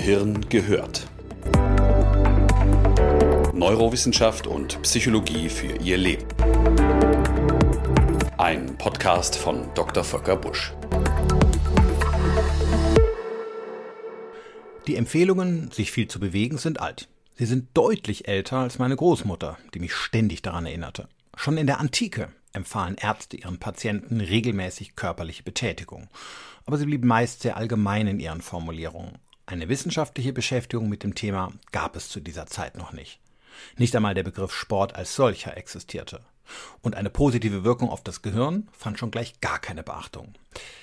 Gehirn gehört. Neurowissenschaft und Psychologie für Ihr Leben. Ein Podcast von Dr. Volker Busch. Die Empfehlungen, sich viel zu bewegen, sind alt. Sie sind deutlich älter als meine Großmutter, die mich ständig daran erinnerte. Schon in der Antike empfahlen Ärzte ihren Patienten regelmäßig körperliche Betätigung. Aber sie blieben meist sehr allgemein in ihren Formulierungen. Eine wissenschaftliche Beschäftigung mit dem Thema gab es zu dieser Zeit noch nicht. Nicht einmal der Begriff Sport als solcher existierte. Und eine positive Wirkung auf das Gehirn fand schon gleich gar keine Beachtung.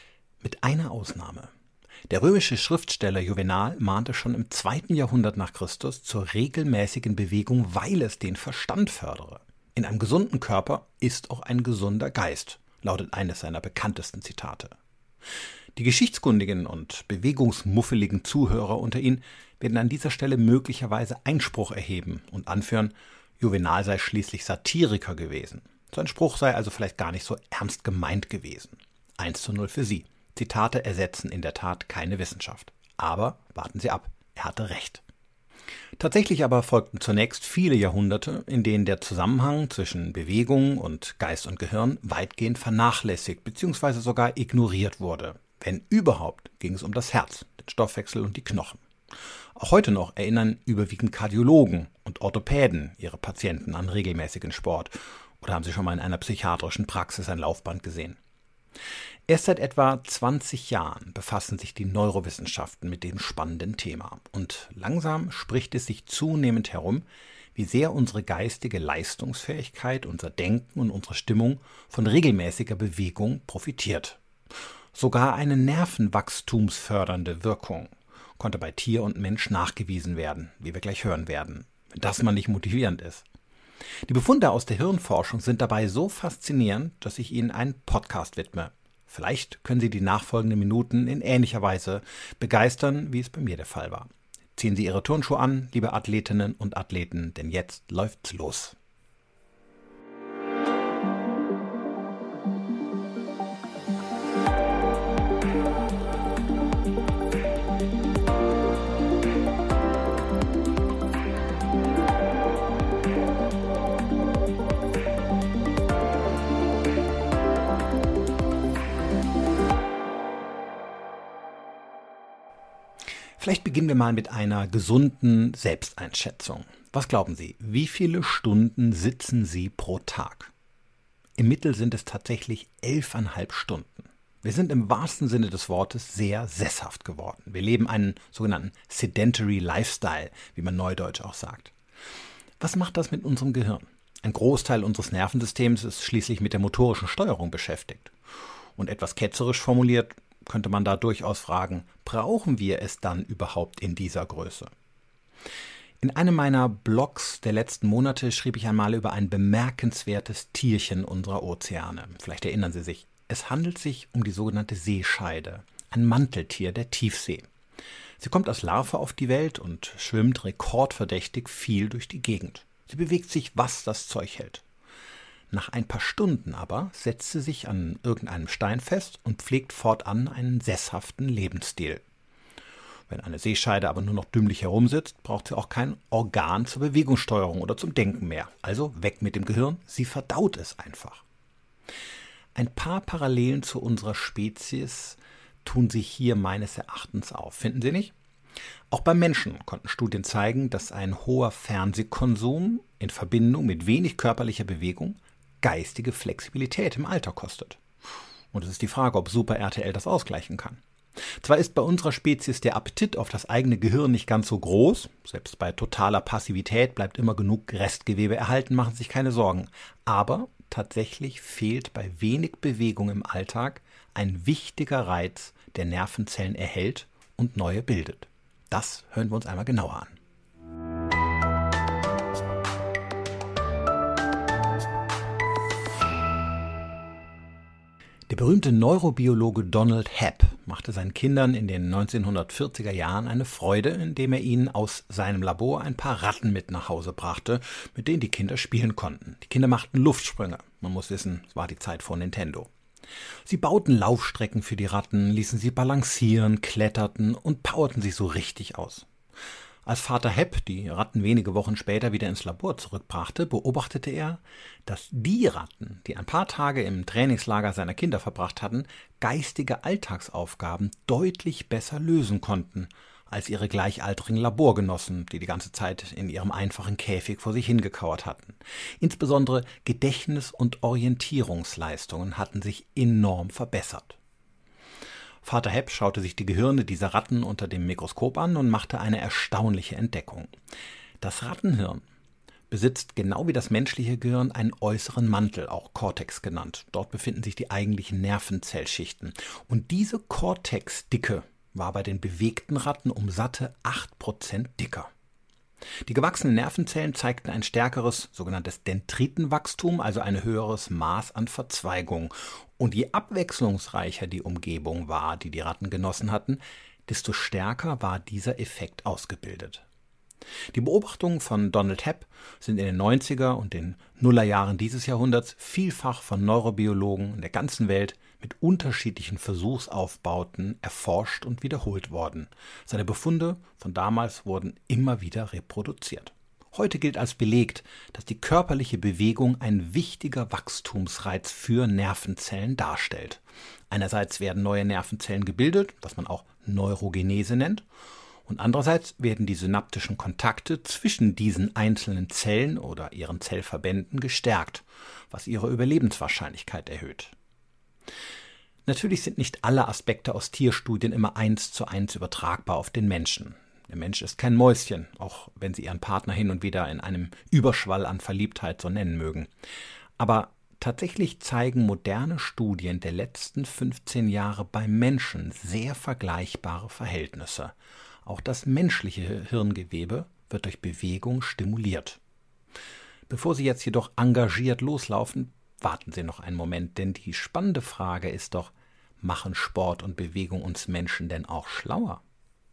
Mit einer Ausnahme. Der römische Schriftsteller Juvenal mahnte schon im 2. Jahrhundert nach Christus zur regelmäßigen Bewegung, weil es den Verstand fördere. In einem gesunden Körper ist auch ein gesunder Geist, lautet eines seiner bekanntesten Zitate. Die geschichtskundigen und bewegungsmuffeligen Zuhörer unter Ihnen werden an dieser Stelle möglicherweise Einspruch erheben und anführen, Juvenal sei schließlich Satiriker gewesen. Sein Spruch sei also vielleicht gar nicht so ernst gemeint gewesen. 1:0 für Sie. Zitate ersetzen in der Tat keine Wissenschaft. Aber warten Sie ab, er hatte recht. Tatsächlich aber folgten zunächst viele Jahrhunderte, in denen der Zusammenhang zwischen Bewegung und Geist und Gehirn weitgehend vernachlässigt bzw. sogar ignoriert wurde. Wenn überhaupt, ging es um das Herz, den Stoffwechsel und die Knochen. Auch heute noch erinnern überwiegend Kardiologen und Orthopäden ihre Patienten an regelmäßigen Sport. Oder haben Sie schon mal in einer psychiatrischen Praxis ein Laufband gesehen? Erst seit etwa 20 Jahren befassen sich die Neurowissenschaften mit dem spannenden Thema. Und langsam spricht es sich zunehmend herum, wie sehr unsere geistige Leistungsfähigkeit, unser Denken und unsere Stimmung von regelmäßiger Bewegung profitiert. Sogar eine nervenwachstumsfördernde Wirkung konnte bei Tier und Mensch nachgewiesen werden, wie wir gleich hören werden, wenn das mal nicht motivierend ist. Die Befunde aus der Hirnforschung sind dabei so faszinierend, dass ich Ihnen einen Podcast widme. Vielleicht können Sie die nachfolgenden Minuten in ähnlicher Weise begeistern, wie es bei mir der Fall war. Ziehen Sie Ihre Turnschuhe an, liebe Athletinnen und Athleten, denn jetzt läuft's los. Vielleicht beginnen wir mal mit einer gesunden Selbsteinschätzung. Was glauben Sie, wie viele Stunden sitzen Sie pro Tag? Im Mittel sind es tatsächlich 11,5 Stunden. Wir sind im wahrsten Sinne des Wortes sehr sesshaft geworden. Wir leben einen sogenannten sedentary Lifestyle, wie man neudeutsch auch sagt. Was macht das mit unserem Gehirn? Ein Großteil unseres Nervensystems ist schließlich mit der motorischen Steuerung beschäftigt. Und etwas ketzerisch formuliert, könnte man da durchaus fragen, brauchen wir es dann überhaupt in dieser Größe? In einem meiner Blogs der letzten Monate schrieb ich einmal über ein bemerkenswertes Tierchen unserer Ozeane. Vielleicht erinnern Sie sich. Es handelt sich um die sogenannte Seescheide, ein Manteltier der Tiefsee. Sie kommt als Larve auf die Welt und schwimmt rekordverdächtig viel durch die Gegend. Sie bewegt sich, was das Zeug hält. Nach ein paar Stunden aber setzt sie sich an irgendeinem Stein fest und pflegt fortan einen sesshaften Lebensstil. Wenn eine Seescheide aber nur noch dümmlich herumsitzt, braucht sie auch kein Organ zur Bewegungssteuerung oder zum Denken mehr. Also weg mit dem Gehirn, sie verdaut es einfach. Ein paar Parallelen zu unserer Spezies tun sich hier meines Erachtens auf, finden Sie nicht? Auch beim Menschen konnten Studien zeigen, dass ein hoher Fernsehkonsum in Verbindung mit wenig körperlicher Bewegung geistige Flexibilität im Alter kostet. Und es ist die Frage, ob Super RTL das ausgleichen kann. Zwar ist bei unserer Spezies der Appetit auf das eigene Gehirn nicht ganz so groß, selbst bei totaler Passivität bleibt immer genug Restgewebe erhalten, machen Sie sich keine Sorgen. Aber tatsächlich fehlt bei wenig Bewegung im Alltag ein wichtiger Reiz, der Nervenzellen erhält und neue bildet. Das hören wir uns einmal genauer an. Der berühmte Neurobiologe Donald Hebb machte seinen Kindern in den 1940er Jahren eine Freude, indem er ihnen aus seinem Labor ein paar Ratten mit nach Hause brachte, mit denen die Kinder spielen konnten. Die Kinder machten Luftsprünge. Man muss wissen, es war die Zeit vor Nintendo. Sie bauten Laufstrecken für die Ratten, ließen sie balancieren, kletterten und powerten sich so richtig aus. Als Vater Hepp die Ratten wenige Wochen später wieder ins Labor zurückbrachte, beobachtete er, dass die Ratten, die ein paar Tage im Trainingslager seiner Kinder verbracht hatten, geistige Alltagsaufgaben deutlich besser lösen konnten als ihre gleichaltrigen Laborgenossen, die die ganze Zeit in ihrem einfachen Käfig vor sich hingekauert hatten. Insbesondere Gedächtnis- und Orientierungsleistungen hatten sich enorm verbessert. Vater Hepp schaute sich die Gehirne dieser Ratten unter dem Mikroskop an und machte eine erstaunliche Entdeckung. Das Rattenhirn besitzt genau wie das menschliche Gehirn einen äußeren Mantel, auch Cortex genannt. Dort befinden sich die eigentlichen Nervenzellschichten. Und diese Cortex-Dicke war bei den bewegten Ratten um satte 8% dicker. Die gewachsenen Nervenzellen zeigten ein stärkeres, sogenanntes Dendritenwachstum, also ein höheres Maß an Verzweigung. Und je abwechslungsreicher die Umgebung war, die die Ratten genossen hatten, desto stärker war dieser Effekt ausgebildet. Die Beobachtungen von Donald Hepp sind in den 90er und den Nullerjahren dieses Jahrhunderts vielfach von Neurobiologen in der ganzen Welt mit unterschiedlichen Versuchsaufbauten erforscht und wiederholt worden. Seine Befunde von damals wurden immer wieder reproduziert. Heute gilt als belegt, dass die körperliche Bewegung ein wichtiger Wachstumsreiz für Nervenzellen darstellt. Einerseits werden neue Nervenzellen gebildet, was man auch Neurogenese nennt, und andererseits werden die synaptischen Kontakte zwischen diesen einzelnen Zellen oder ihren Zellverbänden gestärkt, was ihre Überlebenswahrscheinlichkeit erhöht. Natürlich sind nicht alle Aspekte aus Tierstudien immer 1:1 übertragbar auf den Menschen. Der Mensch ist kein Mäuschen, auch wenn Sie Ihren Partner hin und wieder in einem Überschwall an Verliebtheit so nennen mögen. Aber tatsächlich zeigen moderne Studien der letzten 15 Jahre beim Menschen sehr vergleichbare Verhältnisse. Auch das menschliche Hirngewebe wird durch Bewegung stimuliert. Bevor Sie jetzt jedoch engagiert loslaufen, warten Sie noch einen Moment, denn die spannende Frage ist doch, machen Sport und Bewegung uns Menschen denn auch schlauer?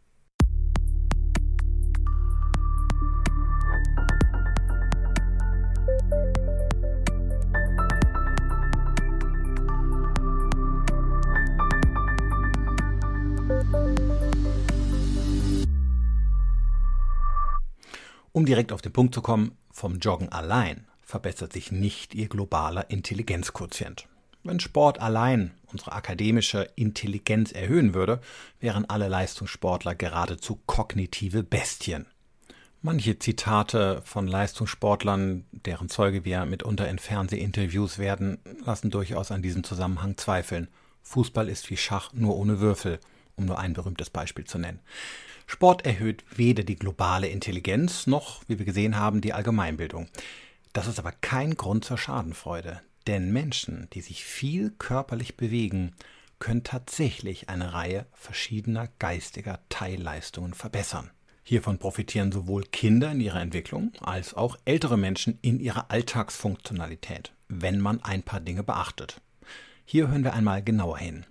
Um direkt auf den Punkt zu kommen, vom Joggen allein verbessert sich nicht Ihr globaler Intelligenzquotient. Wenn Sport allein unsere akademische Intelligenz erhöhen würde, wären alle Leistungssportler geradezu kognitive Bestien. Manche Zitate von Leistungssportlern, deren Zeuge wir mitunter in Fernsehinterviews werden, lassen durchaus an diesem Zusammenhang zweifeln. Fußball ist wie Schach, nur ohne Würfel, um nur ein berühmtes Beispiel zu nennen. Sport erhöht weder die globale Intelligenz noch, wie wir gesehen haben, die Allgemeinbildung. Das ist aber kein Grund zur Schadenfreude, denn Menschen, die sich viel körperlich bewegen, können tatsächlich eine Reihe verschiedener geistiger Teilleistungen verbessern. Hiervon profitieren sowohl Kinder in ihrer Entwicklung als auch ältere Menschen in ihrer Alltagsfunktionalität, wenn man ein paar Dinge beachtet. Hier hören wir einmal genauer hin.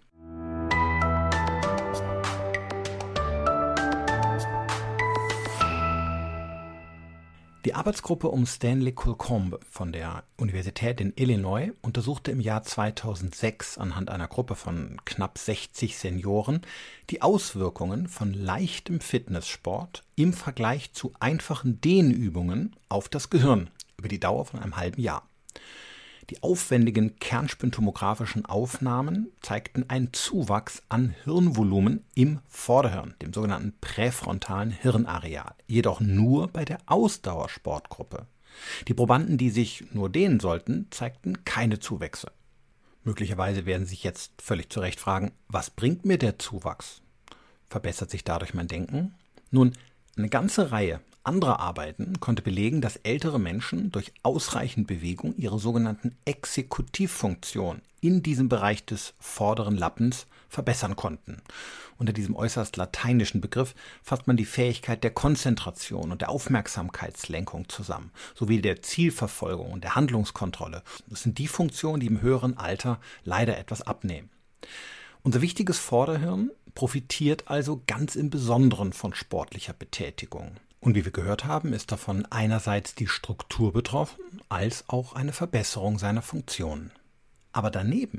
Die Arbeitsgruppe um Stanley Kulcombe von der Universität in Illinois untersuchte im Jahr 2006 anhand einer Gruppe von knapp 60 Senioren die Auswirkungen von leichtem Fitnesssport im Vergleich zu einfachen Dehnübungen auf das Gehirn über die Dauer von einem halben Jahr. Die aufwendigen kernspintomographischen Aufnahmen zeigten einen Zuwachs an Hirnvolumen im Vorderhirn, dem sogenannten präfrontalen Hirnareal, jedoch nur bei der Ausdauersportgruppe. Die Probanden, die sich nur dehnen sollten, zeigten keine Zuwächse. Möglicherweise werden Sie sich jetzt völlig zu Recht fragen, was bringt mir der Zuwachs? Verbessert sich dadurch mein Denken? Nun, eine ganze Reihe anderer Arbeiten konnte belegen, dass ältere Menschen durch ausreichend Bewegung ihre sogenannten Exekutivfunktion in diesem Bereich des vorderen Lappens verbessern konnten. Unter diesem äußerst lateinischen Begriff fasst man die Fähigkeit der Konzentration und der Aufmerksamkeitslenkung zusammen, sowie der Zielverfolgung und der Handlungskontrolle. Das sind die Funktionen, die im höheren Alter leider etwas abnehmen. Unser wichtiges Vorderhirn profitiert also ganz im Besonderen von sportlicher Betätigung. Und wie wir gehört haben, ist davon einerseits die Struktur betroffen, als auch eine Verbesserung seiner Funktionen. Aber daneben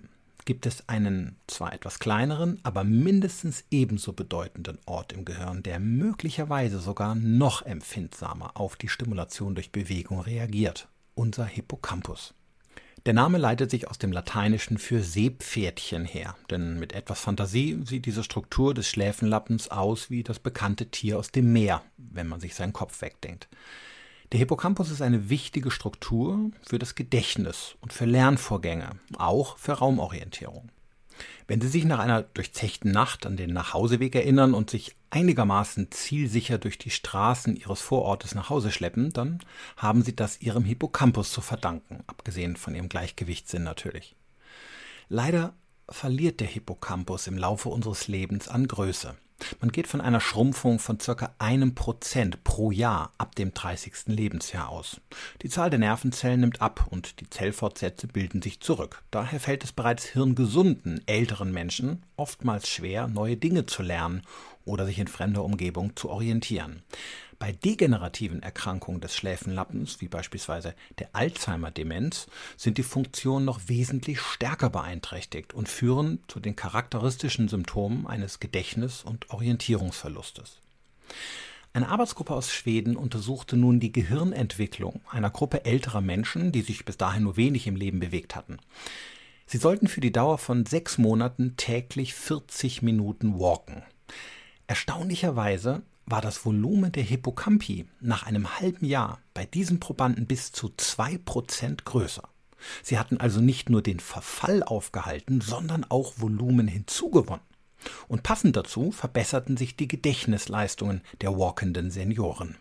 gibt es einen zwar etwas kleineren, aber mindestens ebenso bedeutenden Ort im Gehirn, der möglicherweise sogar noch empfindsamer auf die Stimulation durch Bewegung reagiert: unser Hippocampus. Der Name leitet sich aus dem Lateinischen für Seepferdchen her, denn mit etwas Fantasie sieht diese Struktur des Schläfenlappens aus wie das bekannte Tier aus dem Meer, wenn man sich seinen Kopf wegdenkt. Der Hippocampus ist eine wichtige Struktur für das Gedächtnis und für Lernvorgänge, auch für Raumorientierung. Wenn Sie sich nach einer durchzechten Nacht an den Nachhauseweg erinnern und sich einigermaßen zielsicher durch die Straßen Ihres Vorortes nach Hause schleppen, dann haben Sie das Ihrem Hippocampus zu verdanken, abgesehen von Ihrem Gleichgewichtssinn natürlich. Leider verliert der Hippocampus im Laufe unseres Lebens an Größe. Man geht von einer Schrumpfung von ca. 1% pro Jahr ab dem 30. Lebensjahr aus. Die Zahl der Nervenzellen nimmt ab und die Zellfortsätze bilden sich zurück. Daher fällt es bereits hirngesunden, älteren Menschen oftmals schwer, neue Dinge zu lernen oder sich in fremder Umgebung zu orientieren. Bei degenerativen Erkrankungen des Schläfenlappens, wie beispielsweise der Alzheimer-Demenz, sind die Funktionen noch wesentlich stärker beeinträchtigt und führen zu den charakteristischen Symptomen eines Gedächtnis- und Orientierungsverlustes. Eine Arbeitsgruppe aus Schweden untersuchte nun die Gehirnentwicklung einer Gruppe älterer Menschen, die sich bis dahin nur wenig im Leben bewegt hatten. Sie sollten für die Dauer von 6 Monaten täglich 40 Minuten walken. Erstaunlicherweise war das Volumen der Hippocampi nach einem halben Jahr bei diesen Probanden bis zu 2% größer. Sie hatten also nicht nur den Verfall aufgehalten, sondern auch Volumen hinzugewonnen. Und passend dazu verbesserten sich die Gedächtnisleistungen der walkenden Senioren.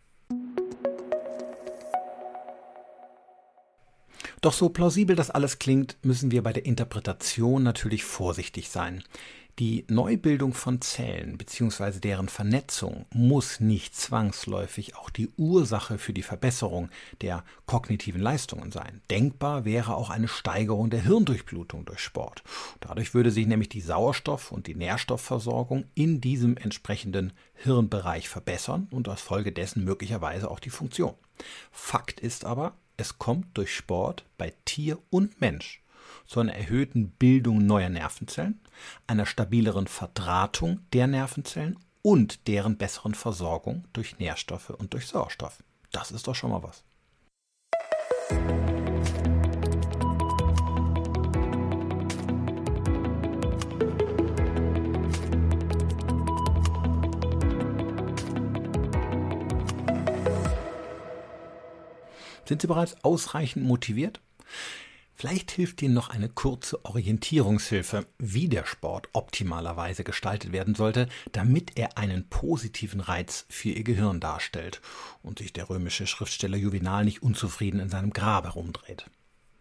Doch so plausibel das alles klingt, müssen wir bei der Interpretation natürlich vorsichtig sein. Die Neubildung von Zellen bzw. deren Vernetzung muss nicht zwangsläufig auch die Ursache für die Verbesserung der kognitiven Leistungen sein. Denkbar wäre auch eine Steigerung der Hirndurchblutung durch Sport. Dadurch würde sich nämlich die Sauerstoff- und die Nährstoffversorgung in diesem entsprechenden Hirnbereich verbessern und als Folge dessen möglicherweise auch die Funktion. Fakt ist aber, es kommt durch Sport bei Tier und Mensch zu einer erhöhten Bildung neuer Nervenzellen, einer stabileren Verdrahtung der Nervenzellen und deren besseren Versorgung durch Nährstoffe und durch Sauerstoff. Das ist doch schon mal was. Sind Sie bereits ausreichend motiviert? Vielleicht hilft Ihnen noch eine kurze Orientierungshilfe, wie der Sport optimalerweise gestaltet werden sollte, damit er einen positiven Reiz für Ihr Gehirn darstellt und sich der römische Schriftsteller Juvenal nicht unzufrieden in seinem Grab herumdreht.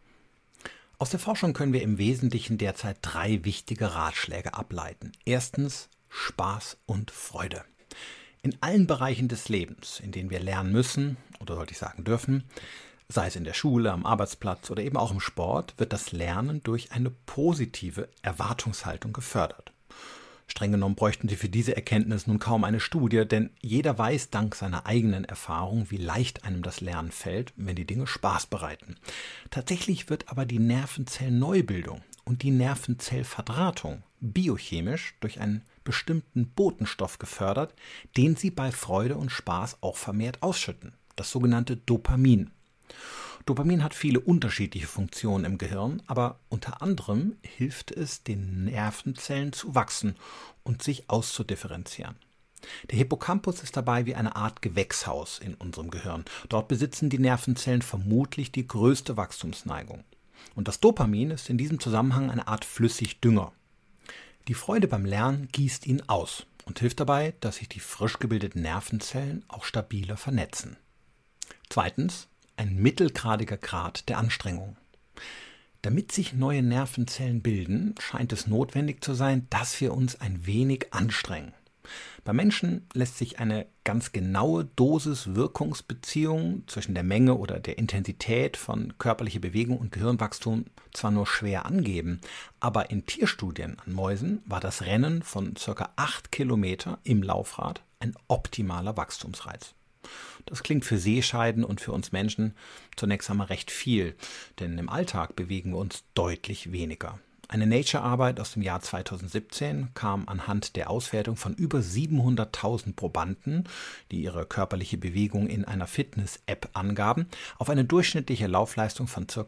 Aus der Forschung können wir im Wesentlichen derzeit 3 wichtige Ratschläge ableiten. Erstens Spaß und Freude. In allen Bereichen des Lebens, in denen wir lernen müssen, oder sollte ich sagen dürfen, sei es in der Schule, am Arbeitsplatz oder eben auch im Sport, wird das Lernen durch eine positive Erwartungshaltung gefördert. Streng genommen bräuchten Sie für diese Erkenntnis nun kaum eine Studie, denn jeder weiß dank seiner eigenen Erfahrung, wie leicht einem das Lernen fällt, wenn die Dinge Spaß bereiten. Tatsächlich wird aber die Nervenzellneubildung und die Nervenzellverdrahtung biochemisch durch einen bestimmten Botenstoff gefördert, den Sie bei Freude und Spaß auch vermehrt ausschütten, das sogenannte Dopamin. Dopamin hat viele unterschiedliche Funktionen im Gehirn, aber unter anderem hilft es, den Nervenzellen zu wachsen und sich auszudifferenzieren. Der Hippocampus ist dabei wie eine Art Gewächshaus in unserem Gehirn. Dort besitzen die Nervenzellen vermutlich die größte Wachstumsneigung. Und das Dopamin ist in diesem Zusammenhang eine Art Flüssigdünger. Die Freude beim Lernen gießt ihn aus und hilft dabei, dass sich die frisch gebildeten Nervenzellen auch stabiler vernetzen. Zweitens, ein mittelgradiger Grad der Anstrengung. Damit sich neue Nervenzellen bilden, scheint es notwendig zu sein, dass wir uns ein wenig anstrengen. Bei Menschen lässt sich eine ganz genaue Dosis-Wirkungsbeziehung zwischen der Menge oder der Intensität von körperlicher Bewegung und Gehirnwachstum zwar nur schwer angeben, aber in Tierstudien an Mäusen war das Rennen von ca. 8 Kilometer im Laufrad ein optimaler Wachstumsreiz. Das klingt für Sehscheiden und für uns Menschen zunächst einmal recht viel, denn im Alltag bewegen wir uns deutlich weniger. Eine Nature-Arbeit aus dem Jahr 2017 kam anhand der Auswertung von über 700.000 Probanden, die ihre körperliche Bewegung in einer Fitness-App angaben, auf eine durchschnittliche Laufleistung von ca.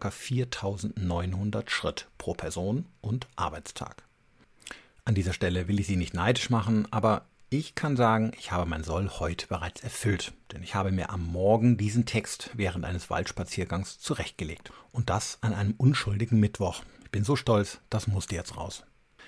4.900 Schritt pro Person und Arbeitstag. An dieser Stelle will ich Sie nicht neidisch machen, aber ich kann sagen, ich habe mein Soll heute bereits erfüllt, denn ich habe mir am Morgen diesen Text während eines Waldspaziergangs zurechtgelegt. Und das an einem unschuldigen Mittwoch. Ich bin so stolz, das musste jetzt raus.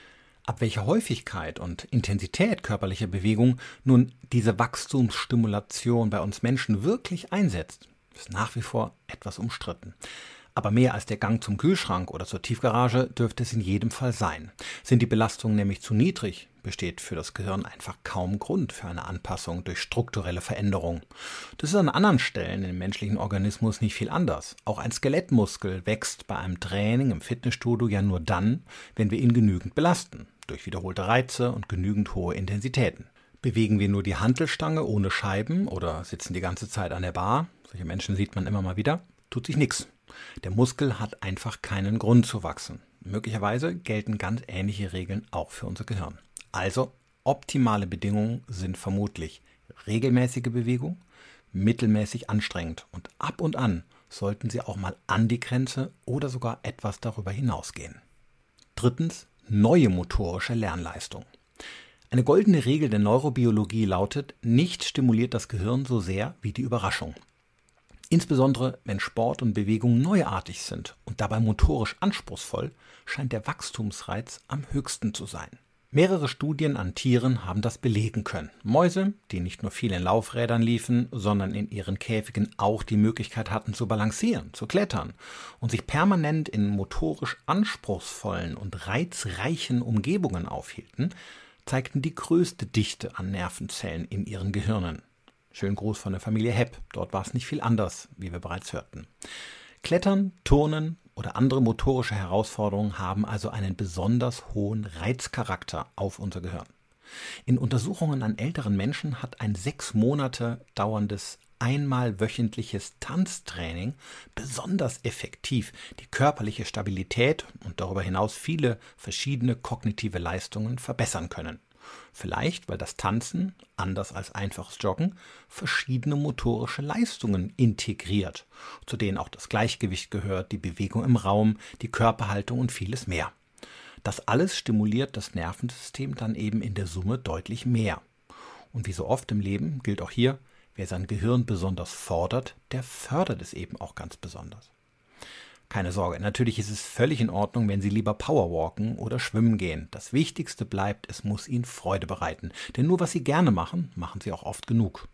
Ab welcher Häufigkeit und Intensität körperlicher Bewegung nun diese Wachstumsstimulation bei uns Menschen wirklich einsetzt, ist nach wie vor etwas umstritten. Aber mehr als der Gang zum Kühlschrank oder zur Tiefgarage dürfte es in jedem Fall sein. Sind die Belastungen nämlich zu niedrig, besteht für das Gehirn einfach kaum Grund für eine Anpassung durch strukturelle Veränderung. Das ist an anderen Stellen im menschlichen Organismus nicht viel anders. Auch ein Skelettmuskel wächst bei einem Training im Fitnessstudio ja nur dann, wenn wir ihn genügend belasten, durch wiederholte Reize und genügend hohe Intensitäten. Bewegen wir nur die Hantelstange ohne Scheiben oder sitzen die ganze Zeit an der Bar, solche Menschen sieht man immer mal wieder, tut sich nichts. Der Muskel hat einfach keinen Grund zu wachsen. Möglicherweise gelten ganz ähnliche Regeln auch für unser Gehirn. Also, optimale Bedingungen sind vermutlich regelmäßige Bewegung, mittelmäßig anstrengend und ab und an sollten sie auch mal an die Grenze oder sogar etwas darüber hinausgehen. Drittens, neue motorische Lernleistung. Eine goldene Regel der Neurobiologie lautet, nichts stimuliert das Gehirn so sehr wie die Überraschung. Insbesondere wenn Sport und Bewegung neuartig sind und dabei motorisch anspruchsvoll, scheint der Wachstumsreiz am höchsten zu sein. Mehrere Studien an Tieren haben das belegen können. Mäuse, die nicht nur viel in Laufrädern liefen, sondern in ihren Käfigen auch die Möglichkeit hatten zu balancieren, zu klettern und sich permanent in motorisch anspruchsvollen und reizreichen Umgebungen aufhielten, zeigten die größte Dichte an Nervenzellen in ihren Gehirnen. Schönen Gruß von der Familie Hepp, dort war es nicht viel anders, wie wir bereits hörten. Klettern, Turnen oder andere motorische Herausforderungen haben also einen besonders hohen Reizcharakter auf unser Gehirn. In Untersuchungen an älteren Menschen hat ein 6 Monate dauerndes einmal wöchentliches Tanztraining besonders effektiv die körperliche Stabilität und darüber hinaus viele verschiedene kognitive Leistungen verbessern können. Vielleicht, weil das Tanzen, anders als einfaches Joggen, verschiedene motorische Leistungen integriert, zu denen auch das Gleichgewicht gehört, die Bewegung im Raum, die Körperhaltung und vieles mehr. Das alles stimuliert das Nervensystem dann eben in der Summe deutlich mehr. Und wie so oft im Leben gilt auch hier, wer sein Gehirn besonders fordert, der fördert es eben auch ganz besonders. Keine Sorge, natürlich ist es völlig in Ordnung, wenn Sie lieber Powerwalken oder schwimmen gehen. Das Wichtigste bleibt, es muss Ihnen Freude bereiten. Denn nur was Sie gerne machen, machen Sie auch oft genug.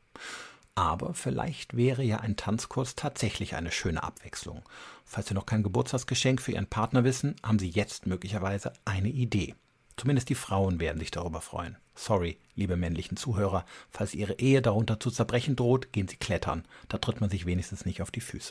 Aber vielleicht wäre ja ein Tanzkurs tatsächlich eine schöne Abwechslung. Falls Sie noch kein Geburtstagsgeschenk für Ihren Partner wissen, haben Sie jetzt möglicherweise eine Idee. Zumindest die Frauen werden sich darüber freuen. Sorry, liebe männlichen Zuhörer, falls Ihre Ehe darunter zu zerbrechen droht, gehen Sie klettern. Da tritt man sich wenigstens nicht auf die Füße.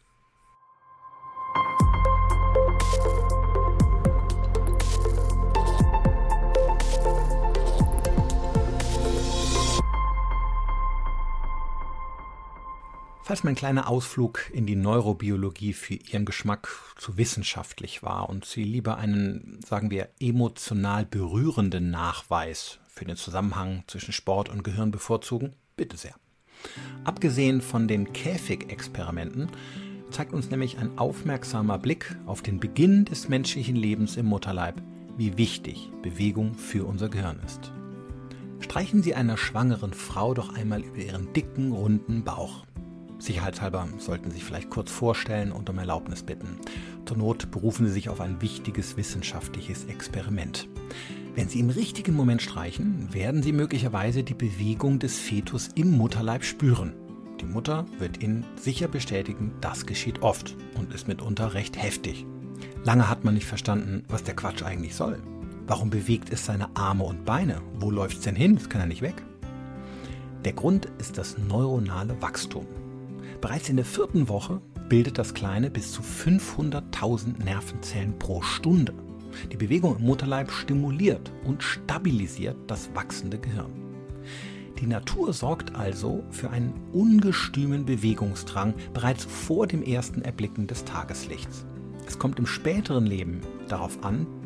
Falls mein kleiner Ausflug in die Neurobiologie für Ihren Geschmack zu wissenschaftlich war und Sie lieber einen, sagen wir, emotional berührenden Nachweis für den Zusammenhang zwischen Sport und Gehirn bevorzugen, bitte sehr. Abgesehen von den Käfig-Experimenten zeigt uns nämlich ein aufmerksamer Blick auf den Beginn des menschlichen Lebens im Mutterleib, wie wichtig Bewegung für unser Gehirn ist. Streichen Sie einer schwangeren Frau doch einmal über ihren dicken, runden Bauch. Sicherheitshalber sollten Sie sich vielleicht kurz vorstellen und um Erlaubnis bitten. Zur Not berufen Sie sich auf ein wichtiges wissenschaftliches Experiment. Wenn Sie im richtigen Moment streichen, werden Sie möglicherweise die Bewegung des Fetus im Mutterleib spüren. Die Mutter wird Ihnen sicher bestätigen, das geschieht oft und ist mitunter recht heftig. Lange hat man nicht verstanden, was der Quatsch eigentlich soll. Warum bewegt es seine Arme und Beine? Wo läuft es denn hin? Das kann ja nicht weg. Der Grund ist das neuronale Wachstum. Bereits in der 4. Woche bildet das Kleine bis zu 500.000 Nervenzellen pro Stunde. Die Bewegung im Mutterleib stimuliert und stabilisiert das wachsende Gehirn. Die Natur sorgt also für einen ungestümen Bewegungsdrang bereits vor dem ersten Erblicken des Tageslichts. Es kommt im späteren Leben darauf an,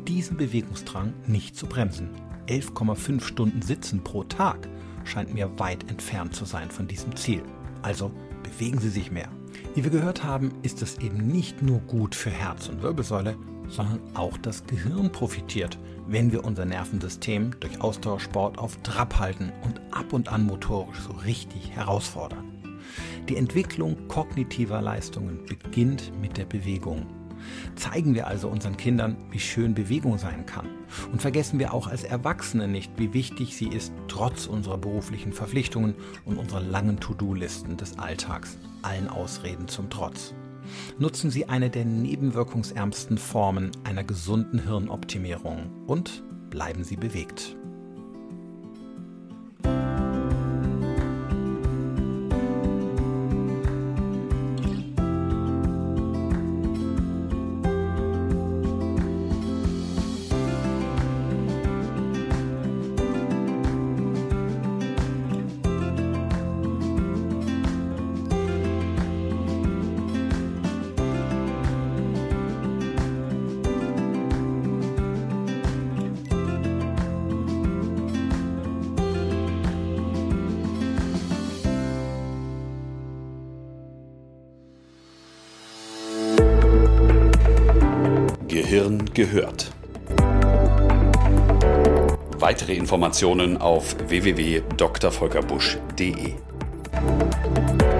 diesen Bewegungsdrang nicht zu bremsen. 11,5 Stunden Sitzen pro Tag scheint mir weit entfernt zu sein von diesem Ziel. Also bewegen Sie sich mehr. Wie wir gehört haben, ist es eben nicht nur gut für Herz und Wirbelsäule, sondern auch das Gehirn profitiert, wenn wir unser Nervensystem durch Ausdauersport auf Trab halten und ab und an motorisch so richtig herausfordern. Die Entwicklung kognitiver Leistungen beginnt mit der Bewegung. Zeigen wir also unseren Kindern, wie schön Bewegung sein kann. Und vergessen wir auch als Erwachsene nicht, wie wichtig sie ist, trotz unserer beruflichen Verpflichtungen und unserer langen To-Do-Listen des Alltags, allen Ausreden zum Trotz. Nutzen Sie eine der nebenwirkungsärmsten Formen einer gesunden Hirnoptimierung und bleiben Sie bewegt. Gehirn gehört. Weitere Informationen auf www.drvolkerbusch.de